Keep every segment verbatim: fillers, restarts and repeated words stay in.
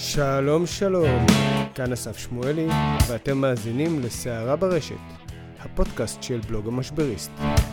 שלום שלום, כאן אסף שמואלי, ואתם מאזינים לסערה ברשת, הפודקאסט של בלוג המשבריסט.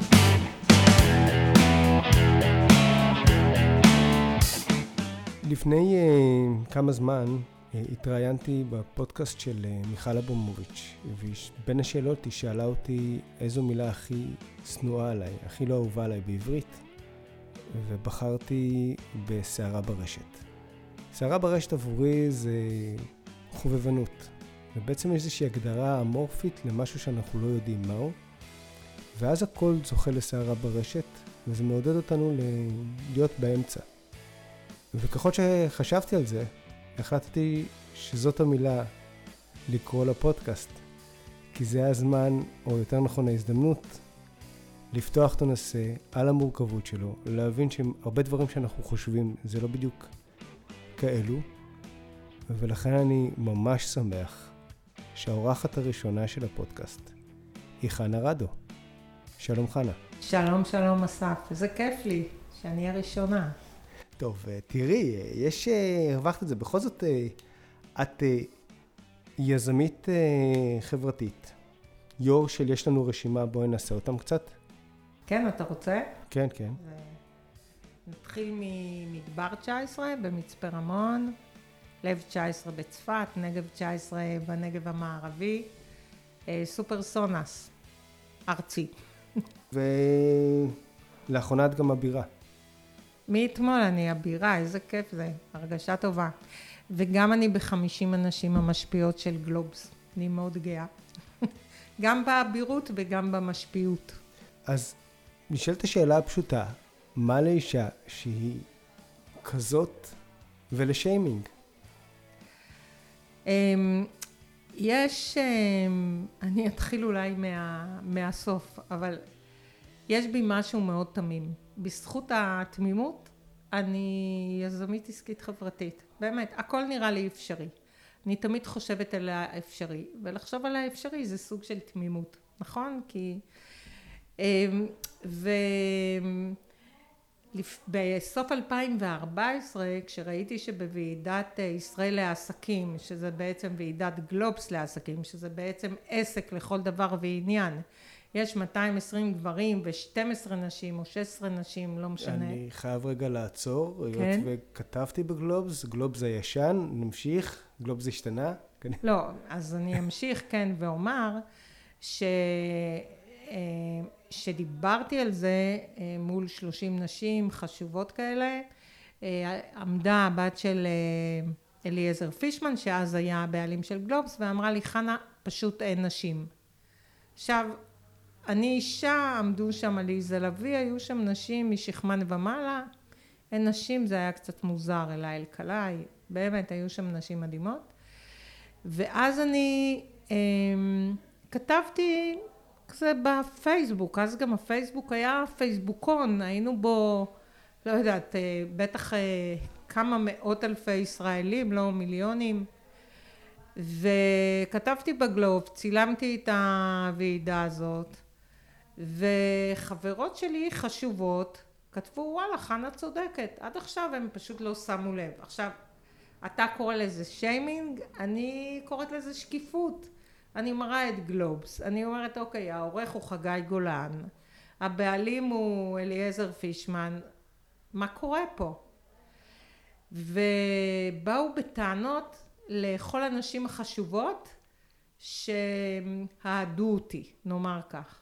לפני uh, כמה זמן uh, התראיינתי בפודקאסט של uh, מיכל אברמוביץ', ובין השאלות היא שאלה אותי איזו מילה הכי שנואה עליי, הכי לא אהובה עליי בעברית, ובחרתי בסערה ברשת. סערה ברשת עבורי זה חובבנות, ובעצם יש איזושהי הגדרה אמורפית למשהו שאנחנו לא יודעים מהו, ואז הכל זוכה לסערה ברשת, וזה מעודד אותנו להיות באמצע. וככל שחשבתי על זה, החלטתי שזאת המילה לקרוא לפודקאסט, כי זה הזמן, או יותר נכון ההזדמנות, לפתוח את הנושא על המורכבות שלו, להבין שהרבה דברים שאנחנו חושבים זה לא בדיוק כאלו, ולכן אני ממש שמח שהאורחת הראשונה של הפודקאסט היא חנה רדו. שלום חנה. שלום שלום אסף, איזה כיף לי שאני הראשונה. טוב, תראי, יש, הרווחת את זה, בכל זאת את יזמית חברתית. יור של יש לנו רשימה, בואי נעשה אותם קצת. כן, אתה רוצה? כן, כן. נתחיל ממדבר תשע עשרה במצפה רמון, לב תשע עשרה בצפת, נגב תשע עשרה בנגב המערבי, סופרסונס, ארצי. ולאחרונה את גם הבירה. מאתמול אני הבירה, איזה כיף זה, הרגשה טובה. וגם אני בחמישים אנשים המשפיעות של גלובס, אני מאוד גאה. גם באבירות וגם במשפיעות. אז נשאלת השאלה הפשוטה, מה לאישה שהיא כזאת ולשיימינג? יש, אני אתחיל אולי מה, מהסוף, אבל יש בי משהו מאוד תמים. בזכות התמימות, אני יזמית עסקית חברתית. באמת, הכל נראה לי אפשרי. אני תמיד חושבת על האפשרי, ולחשוב על האפשרי זה סוג של תמימות, נכון? כי... ו... בסוף אלפיים וארבע עשרה, כשראיתי שבוועידת ישראל לעסקים, שזה בעצם ועידת גלובס לעסקים, שזה בעצם עסק לכל דבר ועניין, יש מאתיים ועשרים גברים ו-שתים עשרה נשים או שש עשרה נשים, לא משנה. אני חייב רגע לעצור, כן? וכתבתי בגלובס, גלובס הישן, נמשיך, גלובס השתנה. לא, אז אני אמשיך, כן, ואומר ש... שדיברתי על זה מול שלושים נשים חשובות כאלה, עמדה הבת של אליעזר פישמן, שאז היה הבעלים של גלובס, ואמרה לי, חנה, פשוט אין נשים. עכשיו, אני אישה, עמדו שם עליזה לביא, היו שם נשים משכמן ומעלה, אין נשים, זה היה קצת מוזר, אלה אלקלעי, באמת, היו שם נשים מדהימות. ואז אני אה, כתבתי, זה בפייסבוק, אז גם הפייסבוק היה פייסבוקון, היינו בו, לא יודעת, בטח כמה מאות אלפי ישראלים, לא מיליונים, וכתבתי בגלוב, צילמתי את הוועידה הזאת, וחברות שלי חשובות, כתבו, וואלה, חנה צודקת, עד עכשיו הם פשוט לא שמו לב. עכשיו, אתה קורא לזה שיימינג, אני קוראת לזה שקיפות. אני מראה את גלובס, אני אומרת אוקיי, העורך הוא חגי גולן, הבעלים הוא אליעזר פישמן, מה קורה פה? ובאו בטענות לכל הנשים החשובות שהעדו אותי, נאמר כך.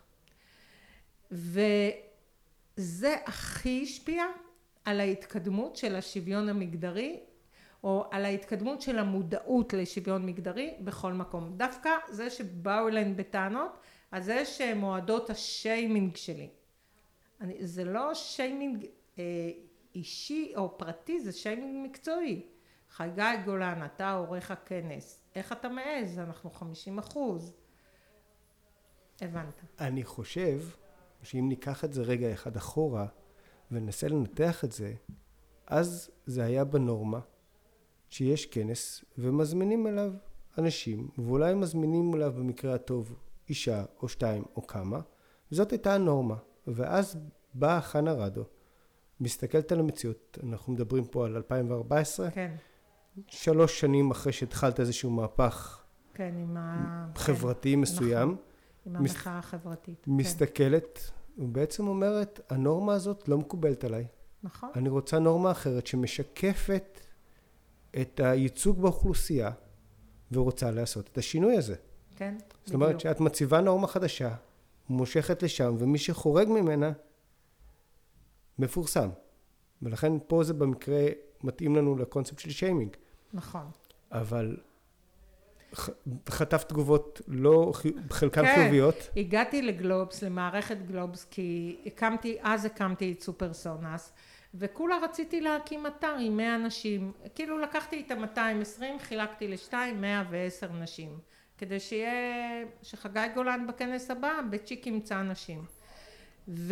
וזה הכי השפיע על ההתקדמות של השוויון המגדרי, או על ההתקדמות של המודעות לשוויון מגדרי בכל מקום. דווקא זה שבאו אליהן בטענות, אז זה שמועדות השיימינג שלי. אני, זה לא שיימינג אה, אישי או פרטי, זה שיימינג מקצועי. חגי גולן, אתה עורך הכנס, איך אתה מעז? אנחנו חמישים אחוז. הבנת. אני חושב שאם ניקח את זה רגע אחד אחורה, וננסה לנתח את זה, אז זה היה בנורמה. שיש כנס ומזמינים אליו אנשים, ואולי מזמינים אליו במקרה הטוב אישה או שתיים או כמה, וזאת הייתה הנורמה. ואז באה חנה רדו, מסתכלת על המציאות, אנחנו מדברים פה על אלפיים וארבע עשרה, כן. שלוש שנים אחרי שהתחלת איזשהו מהפך כן, עם ה... חברתי כן, מסוים. נכון, עם המחאה החברתית. מסתכלת, כן. ובעצם אומרת, הנורמה הזאת לא מקובלת עליי. נכון. אני רוצה נורמה אחרת שמשקפת את הייצוג באוכלוסייה, ורוצה לעשות את השינוי הזה. כן, זאת אומרת בדיוק. שאת מציבה נורמה חדשה, מושכת לשם, ומי שחורג ממנה, מפורסם. ולכן פה זה במקרה מתאים לנו לקונספט של שיימינג. נכון. אבל ח- חטף תגובות לא, חלקן כן, חיוביות. הגעתי לגלובס, למערכת גלובס, כי הקמתי, אז הקמתי את סופרסונס, וכולה רציתי להקים אתר עם מאה אנשים. כאילו לקחתי את ה-מאתיים ועשרים, חילקתי לשתיים, מאה ועשר נשים. כדי שיהיה, שחגי גולן בכנס הבא, בצ'יק ימצא אנשים. ו...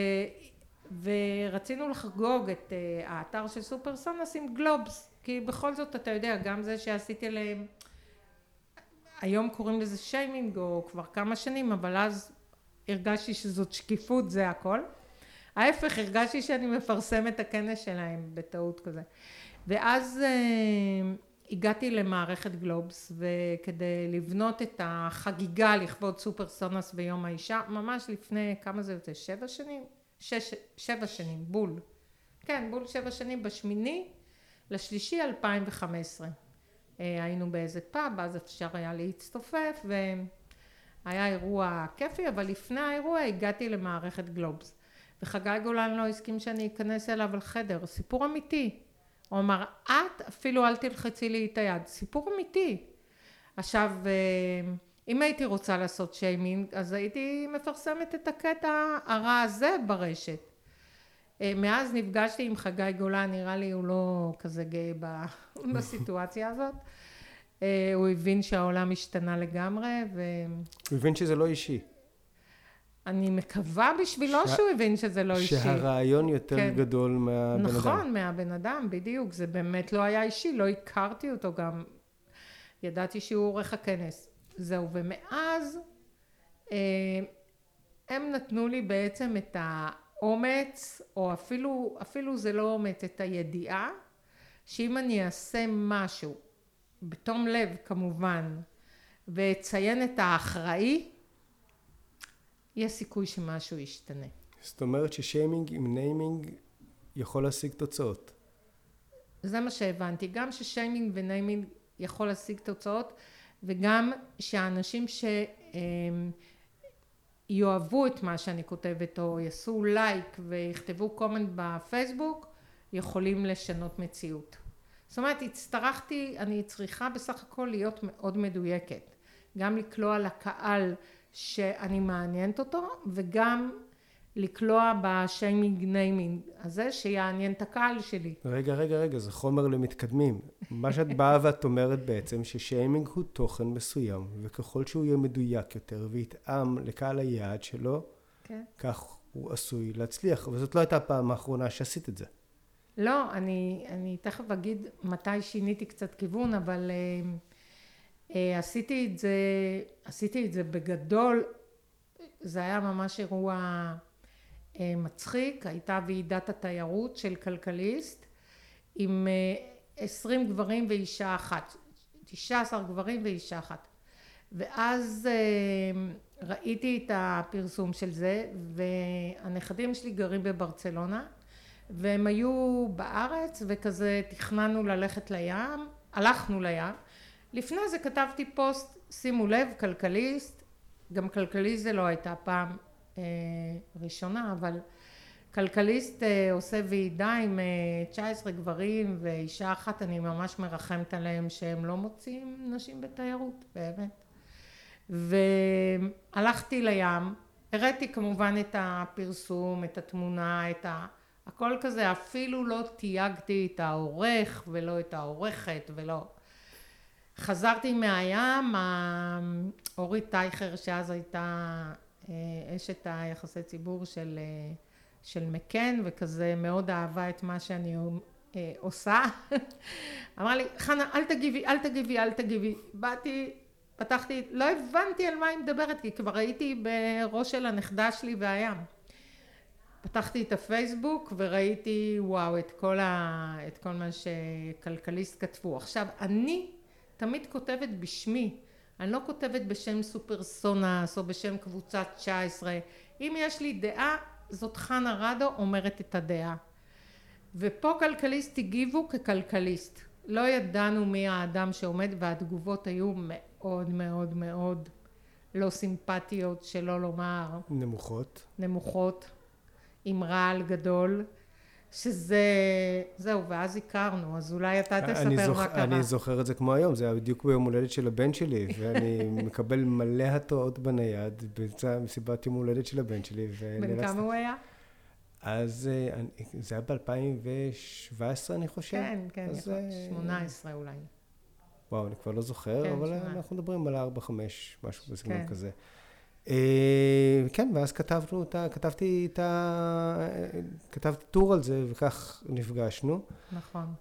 ורצינו לחגוג את uh, האתר של סופרסונס עם גלובס, כי בכל זאת אתה יודע, גם זה שעשיתי להם, היום קוראים לזה שיימינג או כבר כמה שנים, אבל אז הרגשתי שזאת שקיפות, זה הכל. ההפך, הרגשתי שאני מפרסם את הכנס שלהם בטעות כזה. ואז uh, הגעתי למערכת גלובס, וכדי לבנות את החגיגה לכבוד סופרסונס ביום האישה, ממש לפני כמה זה יוצא, שבע שנים? שש, שבע שנים, בול. כן, בול שבע שנים, בשמיני לשלישי אלפיים וחמש עשרה. היינו באיזה פאב, אז אפשר היה להצטופף, והיה אירוע כיפי, אבל לפני האירוע הגעתי למערכת גלובס. וחגי גולן לא הסכים שאני אכנס אליו על חדר, סיפור אמיתי. הוא אמר, את אפילו אל תלחצי לי את היד, סיפור אמיתי. עכשיו, אם הייתי רוצה לעשות שיימינג, אז הייתי מפרסמת את הקטע הרע הזה ברשת. מאז נפגשתי עם חגי גולן, נראה לי הוא לא כזה גאה בסיטואציה הזאת. הוא הבין שהעולם השתנה לגמרי, ו... הוא הבין שזה לא אישי. אני מקווה בשבילו ש... שהוא הבין שזה לא אישי. שהרעיון יותר כן. גדול מהבן נכון, אדם. נכון, מהבן אדם, בדיוק. זה באמת לא היה אישי, לא הכרתי אותו גם. ידעתי שהוא עורך הכנס. זהו, ומאז הם נתנו לי בעצם את האומץ, או אפילו, אפילו זה לא אומץ, את הידיעה, שאם אני אעשה משהו, בתום לב כמובן, ואציין את האחראי, יש סיכוי שמשהו ישתנה. זאת אומרת ששיימינג עם ניימינג יכול להשיג תוצאות. זה מה שהבנתי, גם ששיימינג וניימינג יכול להשיג תוצאות, וגם שהאנשים שיאהבו את מה שאני כותבת, או יעשו לייק ויכתבו קומנט בפייסבוק, יכולים לשנות מציאות. זאת אומרת, הצטרכתי, אני צריכה בסך הכל להיות מאוד מדויקת. גם לקלוע לקהל שאני מעניינת אותו, וגם לקלוע בשיימינג ניימינג הזה, שיעניין את הקהל שלי. רגע, רגע, רגע, זה חומר למתקדמים. מה שאת באה ואת אומרת בעצם, ששיימינג הוא תוכן מסוים, וככל שהוא יהיה מדויק יותר, ויתאם לקהל היעד שלו, כן. כך הוא עשוי להצליח. אבל זאת לא הייתה הפעם האחרונה שעשית את זה. לא, אני, אני תכף אגיד מתי שיניתי קצת כיוון, אבל uh, uh, עשיתי את זה, עשיתי את זה בגדול. זה היה ממש אירוע uh, מצחיק. הייתה ועידת התיירות של כלכליסט, עם uh, עשרים גברים ואישה אחת, תשעה עשר גברים ואישה אחת. ואז uh, ראיתי את הפרסום של זה, והנכדים שלי גרים בברצלונה, והם היו בארץ, וכזה תכננו ללכת לים, הלכנו לים. לפני זה כתבתי פוסט, שימו לב, כלכליסט, גם כלכליסט זה לא הייתה פעם אה, ראשונה, אבל כלכליסט אה, עושה ועידה עם אה, תשעה עשר גברים ואישה אחת, אני ממש מרחמת עליהם שהם לא מוצאים נשים בתיירות, באמת. והלכתי לים, הראיתי כמובן את הפרסום, את התמונה, את ה... הכל כזה, אפילו לא תייגתי את העורך ולא את העורכת ולא. חזרתי מהים, אורית טייכר שאז הייתה אשת היחסי ציבור של, של מקן, וכזה מאוד אהבה את מה שאני עושה. אמרה לי, חנה, אל תגיבי, אל תגיבי, אל תגיבי. באתי, פתחתי, לא הבנתי על מה היא מדברת, כי כבר הייתי בראש של הנכדה שלי והים. פתחתי את הפייסבוק וראיתי, וואו, את כל, ה... את כל מה שכלכליסט כתבו. עכשיו, אני תמיד כותבת בשמי, אני לא כותבת בשם סופרסונס או בשם קבוצת תשע עשרה. אם יש לי דעה, זאת חנה רדו אומרת את הדעה. ופה כלכליסט הגיבו ככלכליסט. לא ידענו מי האדם שעומד, והתגובות היו מאוד מאוד מאוד לא סימפטיות, שלא לומר. נמוכות. נמוכות, עם רעל גדול, שזה, זהו, ואז הכרנו, אז אולי אתה תספר זוכ... מה קרה. אני זוכר את זה כמו היום, זה היה בדיוק ביום הולדת של הבן שלי, ואני מקבל מלא התראות בנייד, במסיבת יום הולדת של הבן שלי. בן כמה הוא היה? אז זה היה ב-אלפיים שבע עשרה אני חושב. כן, כן, אז... שמונה עשרה אולי. וואו, אני כבר לא זוכר, כן, אבל שמונה. אנחנו מדברים על ארבע חמש, משהו בסגנון כן. כזה. כן, ואז כתבנו אותה, כתבתי את ה... כתבתי טור על זה, וכך נפגשנו. נכון.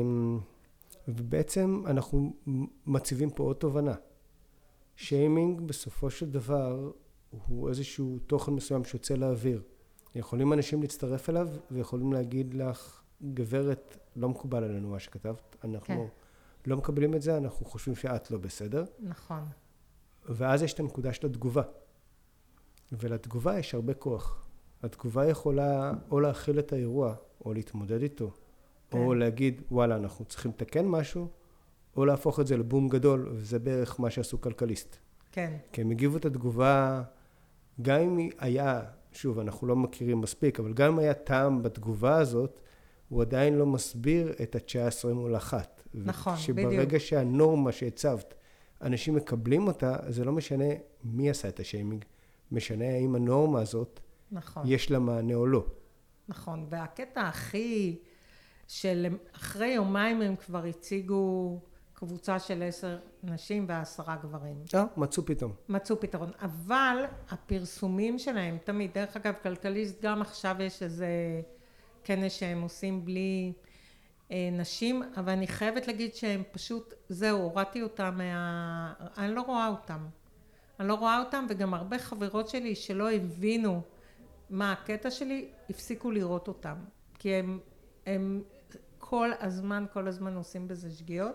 ובעצם אנחנו מציבים פה עוד תובנה. שיימינג בסופו של דבר הוא איזשהו תוכן מסוים שיוצא לאוויר. יכולים אנשים להצטרף אליו ויכולים להגיד לך, גברת, לא מקובל עלינו מה שכתבת, אנחנו כן. לא מקבלים את זה, אנחנו חושבים שאת לא בסדר. נכון. ואז יש את הנקודה של התגובה. ולתגובה יש הרבה כוח. התגובה יכולה או להכיל את האירוע, או להתמודד איתו, כן. או להגיד, וואלה, אנחנו צריכים לתקן משהו, או להפוך את זה לבום גדול, וזה בערך מה שעשו כלכליסט. כן. כי הם הגיבו את התגובה, גם אם היה, שוב, אנחנו לא מכירים מספיק, אבל גם אם היה טעם בתגובה הזאת, הוא עדיין לא מסביר את ה-תשע עשרה מול אחת. נכון, שברגע בדיוק. שברגע שהנורמה שהצבת, אנשים מקבלים אותה, זה לא משנה מי עשה את השיימינג, משנה האם הנורמה הזאת, נכון. יש לה מענה או לא. נכון, והקטע הכי, של אחרי יומיים הם כבר הציגו קבוצה של עשר נשים ועשרה גברים. אה, מצאו פתאום. מצאו פתרון, אבל הפרסומים שלהם, תמיד, דרך אגב, כלכליסט, גם עכשיו יש איזה כנס שהם עושים בלי אה, נשים, אבל אני חייבת להגיד שהם פשוט, זהו, הורדתי אותם מה... אני לא רואה אותם. אני לא רואה אותם, וגם הרבה חברות שלי שלא הבינו מה הקטע שלי, הפסיקו לראות אותם. כי הם, הם כל הזמן, כל הזמן עושים בזה שגיאות.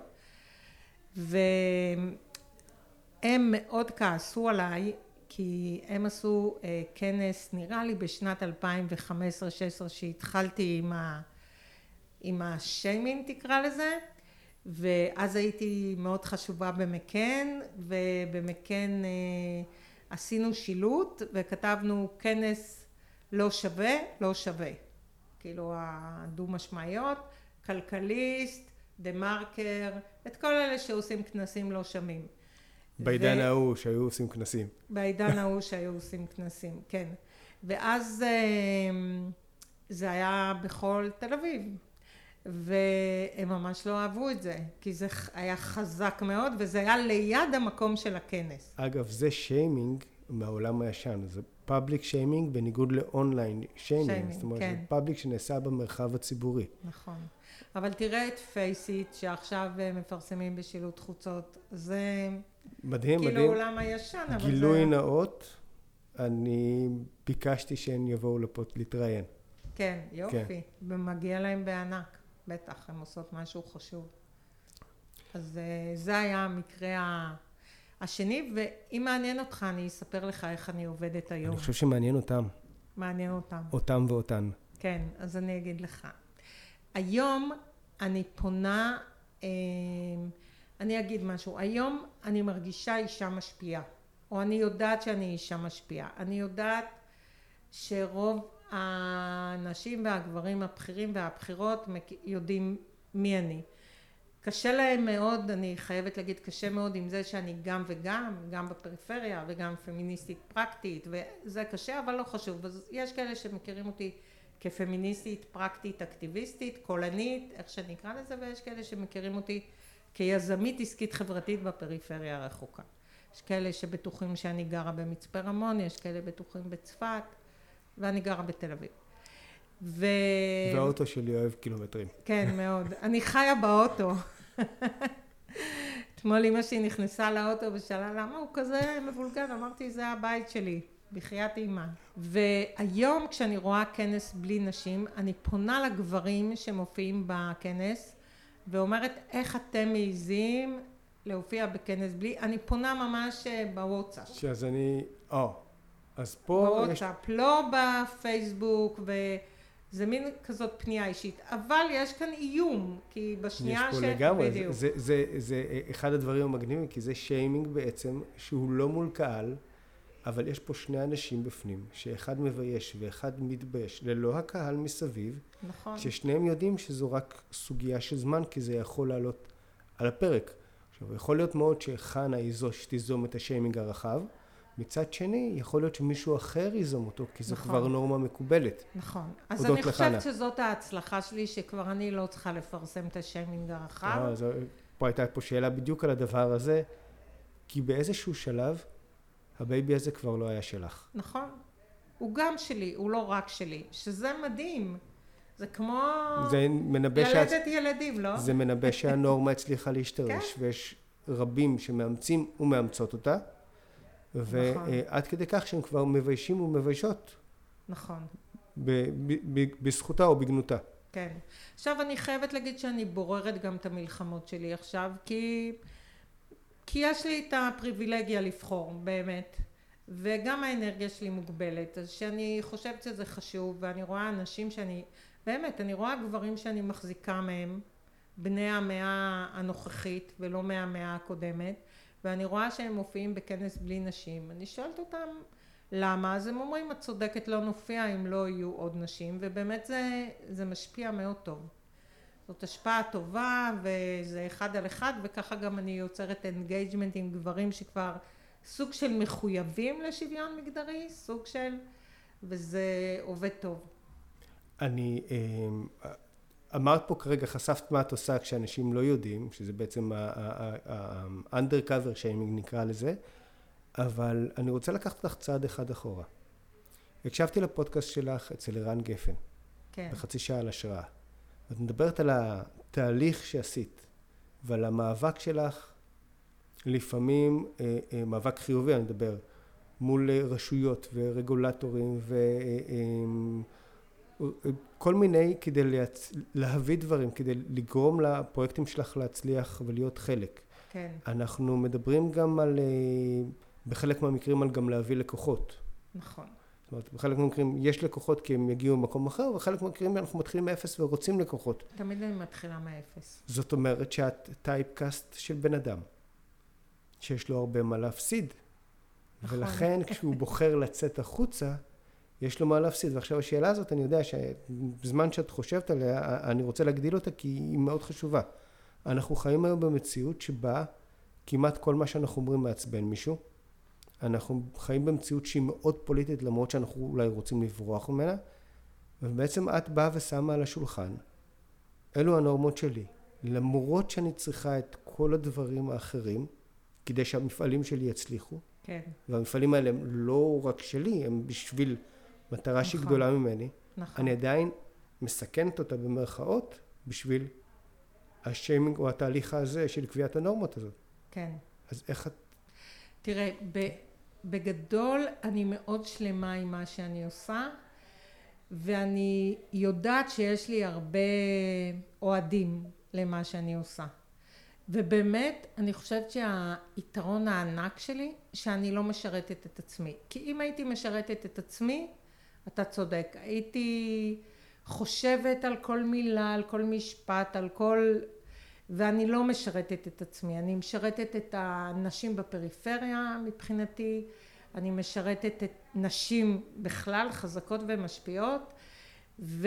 והם מאוד כעסו עליי, כי הם עשו אה, כנס, נראה לי בשנת אלפיים וחמש עשרה שש עשרה, שהתחלתי עם, ה, עם השיימינג תקרא לזה, ואז הייתי מאוד חשובה במקן, ובמקן אה, עשינו שילוט, וכתבנו כנס לא שווה, לא שווה. כאילו הדו משמעיות, כלכליסט, דה מרקר, את כל אלה שעושים כנסים לא שמים. בעידן ו... ההוא שהיו עושים כנסים. בעידן ההוא שהיו עושים כנסים, כן. ואז זה היה בכל תל אביב. והם ממש לא אהבו את זה, כי זה היה חזק מאוד, וזה היה ליד המקום של הכנס. אגב, זה שיימינג מהעולם הישן, זה פאבליק שיימינג בניגוד לאונליין שיימינג, זאת אומרת, כן. זה פאבליק שנעשה במרחב הציבורי. נכון. אבל תראה את פייסיט, שעכשיו מפרסמים בשילוט חוצות, זה מדהים, כאילו מדהים. עולם הישן, אבל זה... גילוי נאות, אני ביקשתי שהם יבואו לפה להתראיין. כן, יופי. כן. ומגיע להם בענק. בטח, הם עושות משהו חשוב. אז זה היה המקרה השני, ואם מעניין אותך, אני אספר לך איך אני עובדת היום. אני חושב שמעניין אותם. מעניין אותם. אותם ואותן. כן, אז אני אגיד לך. היום אני פונה, אני אגיד משהו, היום אני מרגישה אישה משפיעה, או אני יודעת שאני אישה משפיעה. אני יודעת שרוב האנשים והגברים הבכירים והבכירות יודעים מי אני. קשה להם מאוד, אני חייבת להגיד, קשה מאוד עם זה שאני גם וגם, גם בפריפריה וגם פמיניסטית פרקטית, וזה קשה אבל לא חשוב. אז יש כאלה שמכירים אותי כפמיניסטית, פרקטית, אקטיביסטית, קולנית, איך שנקרא לזה, ויש כאלה שמכירים אותי כיזמית עסקית חברתית בפריפריה הרחוקה. יש כאלה שבטוחים שאני גרה במצפה רמון, יש כאלה בטוחים בצפת, ואני גרה בתל אביב. ו... והאוטו שלי אוהב קילומטרים. כן, מאוד. אני חיה באוטו. אתמול אמא שלי נכנסה לאוטו ושאלה למה הוא כזה מבולגן, אמרתי זה הבית שלי. בחיית אימה. והיום כשאני רואה כנס בלי נשים, אני פונה לגברים שמופיעים בכנס, ואומרת איך אתם מעיזים להופיע בכנס בלי, אני פונה ממש בוואטסאפ. שאז אני, או, אז פה בוואטסאפ, יש... לא בפייסבוק, וזה מין כזאת פנייה אישית, אבל יש כאן איום, כי בשנייה ש... יש פה לגמרי, בדיוק. זה, זה, זה, זה אחד הדברים המגניבים, כי זה שיימינג בעצם, שהוא לא מול קהל, אבל יש פה שני אנשים בפנים, שאחד מבייש ואחד מתבייש, ללא הקהל מסביב, נכון. ששניהם יודעים שזו רק סוגיה של זמן, כי זה יכול לעלות על הפרק. עכשיו, יכול להיות מאוד שחנה היא זו שתיזום את השיימינג הרחב, מצד שני, יכול להיות שמישהו אחר ייזום אותו, כי זו נכון. כבר נורמה מקובלת. נכון. אז אני חושבת לחנה. שזאת ההצלחה שלי, שכבר אני לא צריכה לפרסם את השיימינג הרחב. לא, אז פה הייתה פה שאלה בדיוק על הדבר הזה, כי באיזשהו שלב, הבייבי הזה כבר לא היה שלך. נכון. הוא גם שלי, הוא לא רק שלי, שזה מדהים. זה כמו זה מנבא ילדת שאת... ילדים, לא? זה מנבא שהנורמה הצליחה להשתרש, כן? ויש רבים שמאמצים ומאמצות אותה, ועד נכון. כדי כך שהם כבר מביישים ומביישות. נכון. ב- ב- ב- בזכותה או בגנותה. כן. עכשיו אני חייבת להגיד שאני בוררת גם את המלחמות שלי עכשיו, כי... כי יש לי את הפריבילגיה לבחור, באמת, וגם האנרגיה שלי מוגבלת, אז שאני חושבת שזה חשוב, ואני רואה אנשים שאני, באמת, אני רואה גברים שאני מחזיקה מהם, בני המאה הנוכחית, ולא מהמאה הקודמת, ואני רואה שהם מופיעים בכנס בלי נשים, אני שואלת אותם, למה? אז הם אומרים, את צודקת, לא נופיע אם לא יהיו עוד נשים, ובאמת זה, זה משפיע מאוד טוב. זאת השפעה טובה, וזה אחד על אחד, וככה גם אני יוצרת אנגייג'מנט עם גברים שכבר סוג של מחויבים לשוויון מגדרי, סוג של, וזה עובד טוב. אני, אמרת פה כרגע, חשפת מה את עושה כשאנשים לא יודעים, שזה בעצם ה-undercover shaming נקרא לזה, אבל אני רוצה לקחת אותך צעד אחד אחורה. הקשבתי לפודקאסט שלך אצל ערן גפן, כן. בחצי שעה על השראה. את מדברת על התהליך שעשית, ועל המאבק שלך, לפעמים אה, אה, מאבק חיובי, אני מדבר, מול רשויות ורגולטורים וכל אה, מיני כדי להצ... להביא דברים, כדי לגרום לפרויקטים שלך להצליח ולהיות חלק. כן. אנחנו מדברים גם על, אה, בחלק מהמקרים על גם להביא לקוחות. נכון. זאת אומרת, בחלק מהמקרים יש לקוחות כי הם יגיעו ממקום אחר, ובחלק מהמקרים אנחנו מתחילים מאפס ורוצים לקוחות. תמיד אני מתחילה מאפס. זאת אומרת שאת טייפקאסט של בן אדם, שיש לו הרבה מה להפסיד. נכון. ולכן כשהוא בוחר לצאת החוצה, יש לו מה להפסיד. ועכשיו השאלה הזאת, אני יודע שבזמן שאת חושבת עליה, אני רוצה להגדיל אותה כי היא מאוד חשובה. אנחנו חיים היום במציאות שבה כמעט כל מה שאנחנו אומרים מעצבן מישהו, אנחנו חיים במציאות שהיא מאוד פוליטית, למרות שאנחנו אולי רוצים לברוח ממנה, ובעצם את באה ושמה על השולחן, אלו הנורמות שלי, למרות שאני צריכה את כל הדברים האחרים, כדי שהמפעלים שלי יצליחו, כן. והמפעלים האלה הם לא רק שלי, הם בשביל מטרה נכון. שהיא גדולה ממני, נכון. אני עדיין מסכנת אותה במרכאות, בשביל השיימינג או התהליך הזה של קביעת הנורמות הזאת. כן. אז איך את... תראה, ב... בגדול אני מאוד שלמה עם מה שאני עושה, ואני יודעת שיש לי הרבה אוהדים למה שאני עושה. ובאמת אני חושבת שהיתרון הענק שלי, שאני לא משרתת את עצמי. כי אם הייתי משרתת את עצמי, אתה צודק. הייתי חושבת על כל מילה, על כל משפט, על כל... ואני לא משרתת את עצמי, אני משרתת את הנשים בפריפריה מבחינתי, אני משרתת את נשים בכלל חזקות ומשפיעות, ו...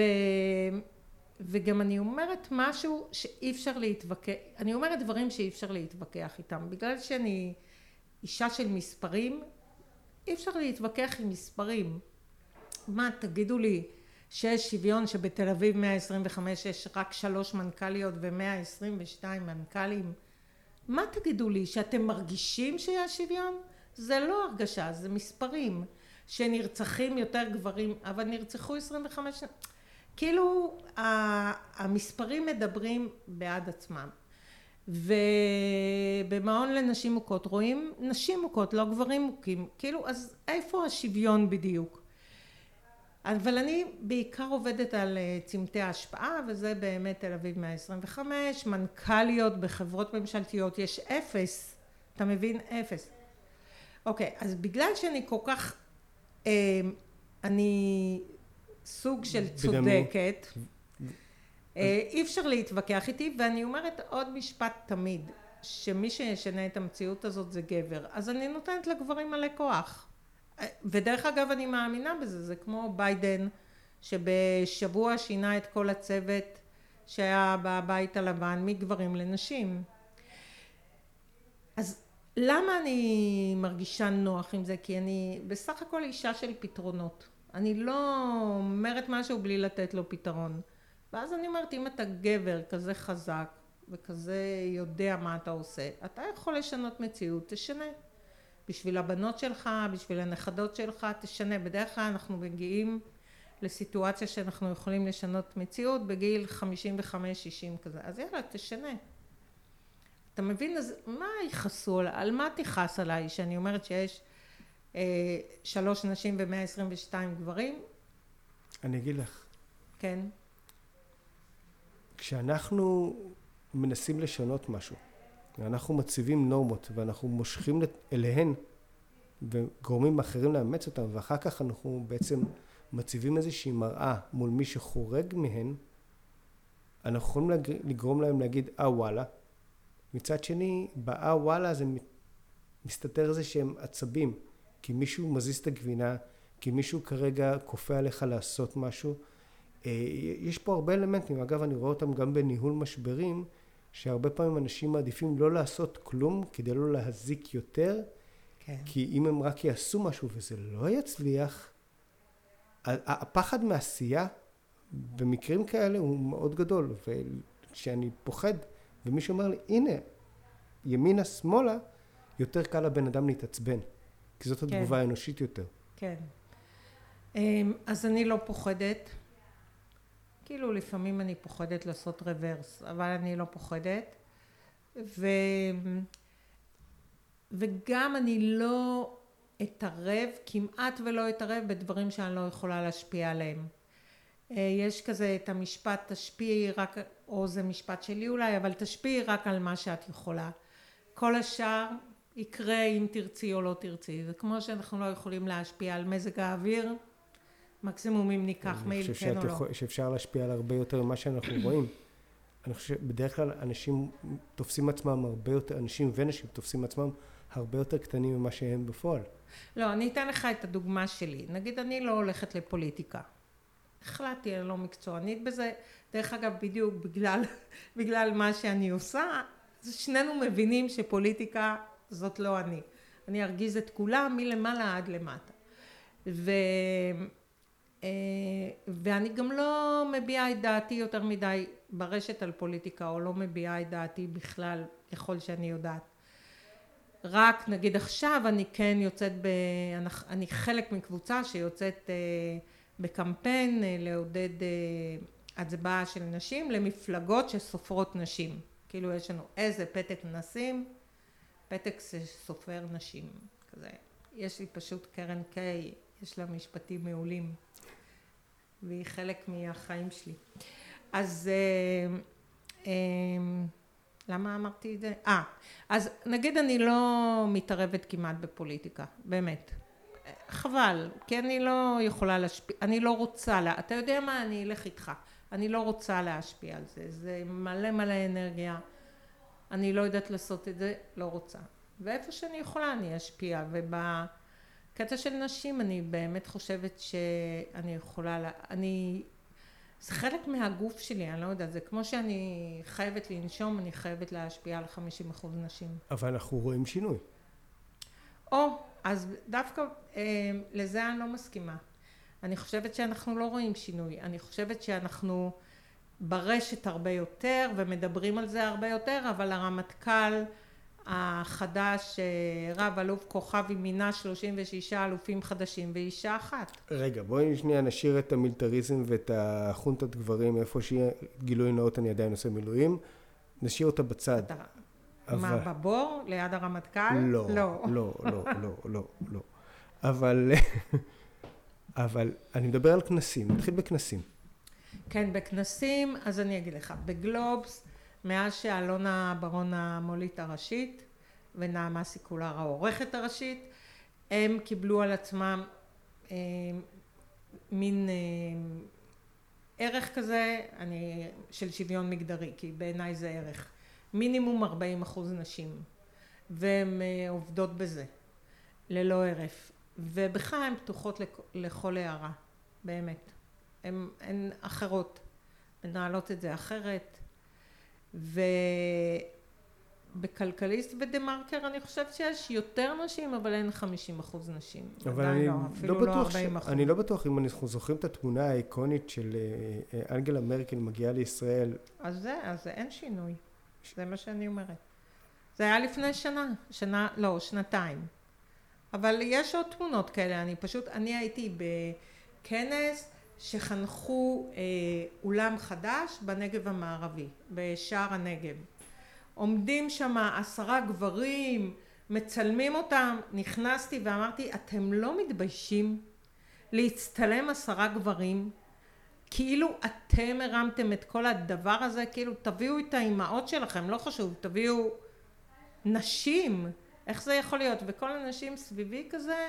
וגם אני אומרת משהו שאי אפשר להתווכח, אני אומרת דברים שאי אפשר להתווכח איתם, בגלל שאני אישה של מספרים, אי אפשר להתווכח עם מספרים. מה, תגידו לי, שיש שוויון שבתל אביב מאה עשרים וחמש יש רק שלוש מנכ"ליות ו-מאה עשרים ושתיים מנכ"לים. מה תגידו לי? שאתם מרגישים שיש שוויון? זה לא הרגשה, זה מספרים. שנרצחים יותר גברים, אבל נרצחו עשרים וחמש... כאילו המספרים מדברים בעד עצמם. ובמעון לנשים מוכות רואים נשים מוכות, לא גברים מוכים, כאילו, אז איפה השוויון בדיוק? אבל אני בעיקר עובדת על צמתי ההשפעה, וזה באמת תל אביב מאה עשרים וחמש, מנכ"ליות בחברות ממשלתיות, יש אפס, אתה מבין? אפס. אוקיי, אז בגלל שאני כל כך, אה, אני סוג של צודקת, אה, אי אפשר להתווכח איתי, ואני אומרת עוד משפט תמיד, שמי שישנה את המציאות הזאת זה גבר, אז אני נותנת לגברים מלא כוח. ודרך אגב אני מאמינה בזה, זה כמו ביידן שבשבוע שינה את כל הצוות שהיה בבית הלבן מגברים לנשים. אז למה אני מרגישה נוח עם זה? כי אני בסך הכל אישה של פתרונות. אני לא אומרת משהו בלי לתת לו פתרון. ואז אני אומרת, אם אתה גבר כזה חזק וכזה יודע מה אתה עושה, אתה יכול לשנות מציאות, תשנה. בשביל הבנות שלך, בשביל הנכדות שלך, תשנה. בדרך כלל אנחנו מגיעים לסיטואציה שאנחנו יכולים לשנות מציאות בגיל חמישים וחמש שישים כזה. אז יאללה, תשנה. אתה מבין? אז מה יכעסו? על מה תכעס עליי? שאני אומרת שיש אה, שלוש נשים ו-מאה עשרים ושתיים גברים? אני אגיד לך. כן. כשאנחנו מנסים לשנות משהו, ואנחנו מציבים נורמות, ואנחנו מושכים אליהן, וגורמים אחרים לאמץ אותם, ואחר כך אנחנו בעצם מציבים איזושהי מראה מול מי שחורג מהן, אנחנו יכולים לגרום להם להגיד, אה וואלה. מצד שני, באה וואלה זה מסתתר איזה שהם עצבים, כי מישהו מזיז את הגבינה, כי מישהו כרגע כופה עליך לעשות משהו. יש פה הרבה אלמנטים, אגב אני רואה אותם גם בניהול משברים, שהרבה פעמים אנשים מעדיפים לא לעשות כלום כדי לא להזיק יותר, כן. כי אם הם רק יעשו משהו וזה לא יצליח, הפחד מעשייה במקרים כאלה הוא מאוד גדול, וכשאני פוחד ומישהו אומר לי, הנה, ימינה שמאלה, יותר קל לבן אדם להתעצבן, כי זאת התגובה כן. האנושית יותר. כן. אז אני לא פוחדת, כאילו לפעמים אני פוחדת לעשות רוורס, אבל אני לא פוחדת. ו... וגם אני לא אתערב, כמעט ולא אתערב בדברים שאני לא יכולה להשפיע עליהם. יש כזה את המשפט, תשפיעי רק, או זה משפט שלי אולי, אבל תשפיעי רק על מה שאת יכולה. כל השאר יקרה אם תרצי או לא תרצי. זה כמו שאנחנו לא יכולים להשפיע על מזג האוויר, מקסימום אם ניקח מייל כן או לא. יכול, שאפשר להשפיע על הרבה יותר ממה שאנחנו רואים. אני חושב שבדרך כלל אנשים תופסים עצמם הרבה יותר, אנשים ונשים תופסים עצמם הרבה יותר קטנים ממה שהם בפועל. לא, אני אתן לך את הדוגמה שלי. נגיד אני לא הולכת לפוליטיקה. החלטתי, אני לא מקצוענית בזה. דרך אגב, בדיוק בגלל, בגלל מה שאני עושה, שנינו מבינים שפוליטיקה זאת לא אני. אני ארגיז את כולם מלמעלה עד למטה. ו... ואני גם לא מביעה את דעתי יותר מדי ברשת על פוליטיקה, או לא מביעה את דעתי בכלל ככל שאני יודעת. רק נגיד עכשיו אני כן יוצאת, ב... אני חלק מקבוצה שיוצאת בקמפיין לעודד הצבעה של נשים למפלגות שסופרות נשים. כאילו יש לנו איזה פתק נשים, פתק שסופר נשים כזה. יש לי פשוט קרן קיי, יש לה משפטים מעולים. והיא חלק מהחיים שלי. אז אה, אה, למה אמרתי את זה? אה, אז נגיד אני לא מתערבת כמעט בפוליטיקה, באמת. חבל, כי אני לא יכולה להשפיע, אני לא רוצה, לה, אתה יודע מה, אני אלך איתך. אני לא רוצה להשפיע על זה, זה מלא מלא אנרגיה. אני לא יודעת לעשות את זה, לא רוצה. ואיפה שאני יכולה אני אשפיע, ובא... קטע של נשים, אני באמת חושבת שאני יכולה, לה, אני, זה חלק מהגוף שלי, אני לא יודעת, זה כמו שאני חייבת לנשום, אני חייבת להשפיע על חמישים אחוז נשים. אבל אנחנו רואים שינוי. או, אז דווקא אה, לזה אני לא מסכימה. אני חושבת שאנחנו לא רואים שינוי, אני חושבת שאנחנו ברשת הרבה יותר, ומדברים על זה הרבה יותר, אבל הרמטכ"ל, החדש, רב אלוף כוכבי מינה שלושים ושישה אלופים חדשים ואישה אחת. רגע, בואי שנייה נשאיר את המיליטריזם ואת החונטת גברים, איפה שיהיה גילוי נאות אני עדיין עושה מילואים. נשאיר אותה בצד. מה, בבור? ליד הרמטכ"ל? לא, לא, לא, לא, לא, לא. אבל, אבל אני מדבר על כנסים, נתחיל בכנסים. כן, בכנסים, אז אני אגיד לך, בגלובס, מאז שאלונה ברון המולית הראשית, ונעמה סיקולר העורכת הראשית, הם קיבלו על עצמם אה, מין אה, ערך כזה, אני, של שוויון מגדרי, כי בעיניי זה ערך. מינימום ארבעים אחוז נשים, והן אה, עובדות בזה, ללא הרף. ובכלל הן פתוחות לכל הערה, באמת. הן, הן אחרות, מנהלות את זה אחרת. ובכלכליסט ודה-מרקר אני חושבת שיש יותר נשים, אבל אין חמישים אחוז נשים. אבל אני לא, לא בטוח, ש... אני לא בטוח אם אנחנו זוכרים את התמונה האיקונית של אנגלה מרקל מגיעה לישראל. אז זה, אז זה אין שינוי. זה מה שאני אומרת. זה היה לפני שנה, שנה, לא, שנתיים. אבל יש עוד תמונות כאלה, אני פשוט, אני הייתי בכנס שחנכו אה, אולם חדש בנגב המערבי, בשער הנגב. עומדים שם עשרה גברים, מצלמים אותם, נכנסתי ואמרתי, אתם לא מתביישים להצטלם עשרה גברים? כאילו אתם הרמתם את כל הדבר הזה, כאילו תביאו את האימהות שלכם, לא חשוב, תביאו נשים, איך זה יכול להיות? וכל הנשים סביבי כזה,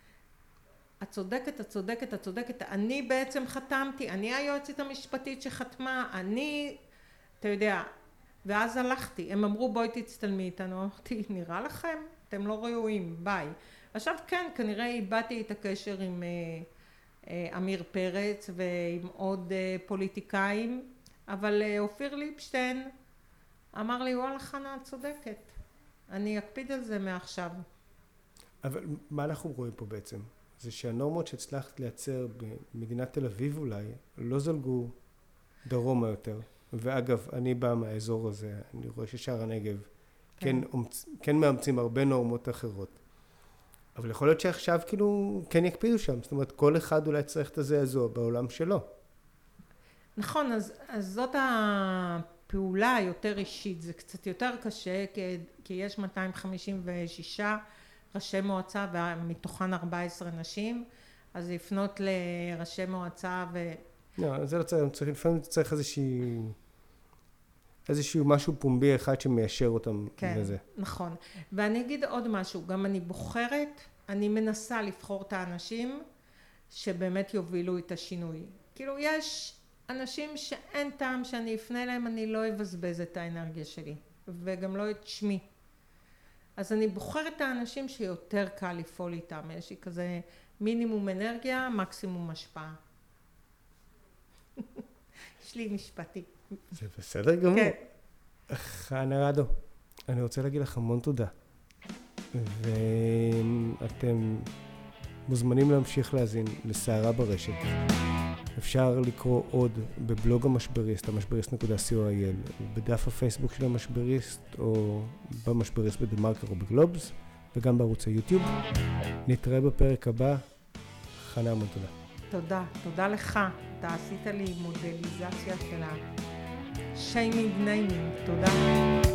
את צודקת, את צודקת, את צודקת, אני בעצם חתמתי, אני היועצת המשפטית שחתמה, אני, אתה יודע, ואז הלכתי, הם אמרו בואי תצטלמי איתנו, אמרתי נראה לכם? אתם לא ראויים, ביי. עכשיו כן, כנראה איבדתי את הקשר עם אמיר פרץ ועם עוד פוליטיקאים, אבל אופיר ליבשטיין אמר לי וואלה חנה את צודקת, אני אקפיד על זה מעכשיו. אבל מה אנחנו רואים פה בעצם? זה שהנורמות שהצלחת לייצר במדינת תל אביב אולי לא זלגו דרומה יותר. ואגב, אני בא מהאזור הזה, אני רואה ששער הנגב כן, כן, כן מאמצים הרבה נורמות אחרות. אבל יכול להיות שעכשיו כאילו כן יקפידו שם, זאת אומרת כל אחד אולי צריך את הזה הזו בעולם שלו. נכון, אז, אז זאת הפעולה היותר אישית, זה קצת יותר קשה, כי, כי יש מאתיים חמישים ושישה ראשי מועצה ומתוכן ארבע עשרה נשים, אז לפנות לראשי מועצה ו... לא, זה לא צריך, צריך לפעמים צריך איזושהי, איזשהו משהו פומבי אחד שמיישר אותם כן, לזה. כן, נכון. ואני אגיד עוד משהו, גם אני בוחרת, אני מנסה לבחור את האנשים שבאמת יובילו את השינוי. כאילו יש אנשים שאין טעם שאני אפנה אליהם, אני לא אבזבז את האנרגיה שלי, וגם לא את שמי. אז אני בוחרת את האנשים שיותר קל לפעול איתם, יש לי כזה מינימום אנרגיה, מקסימום השפעה. יש לי משפטי. זה בסדר גמור. כן. חנה רדו, אני רוצה להגיד לך המון תודה. ואתם מוזמנים להמשיך להזין לסערה ברשת. אפשר לקרוא עוד בבלוג המשבריסט, המשבריסט נקודה סי או איי אל, בדף הפייסבוק של המשבריסט, או במשבריסט בדה-מרקר או בגלובס, וגם בערוץ היוטיוב. נתראה בפרק הבא. חנה, המון תודה. תודה, תודה לך. אתה עשית לי מודליזציה של השיימינג ניימינג. תודה.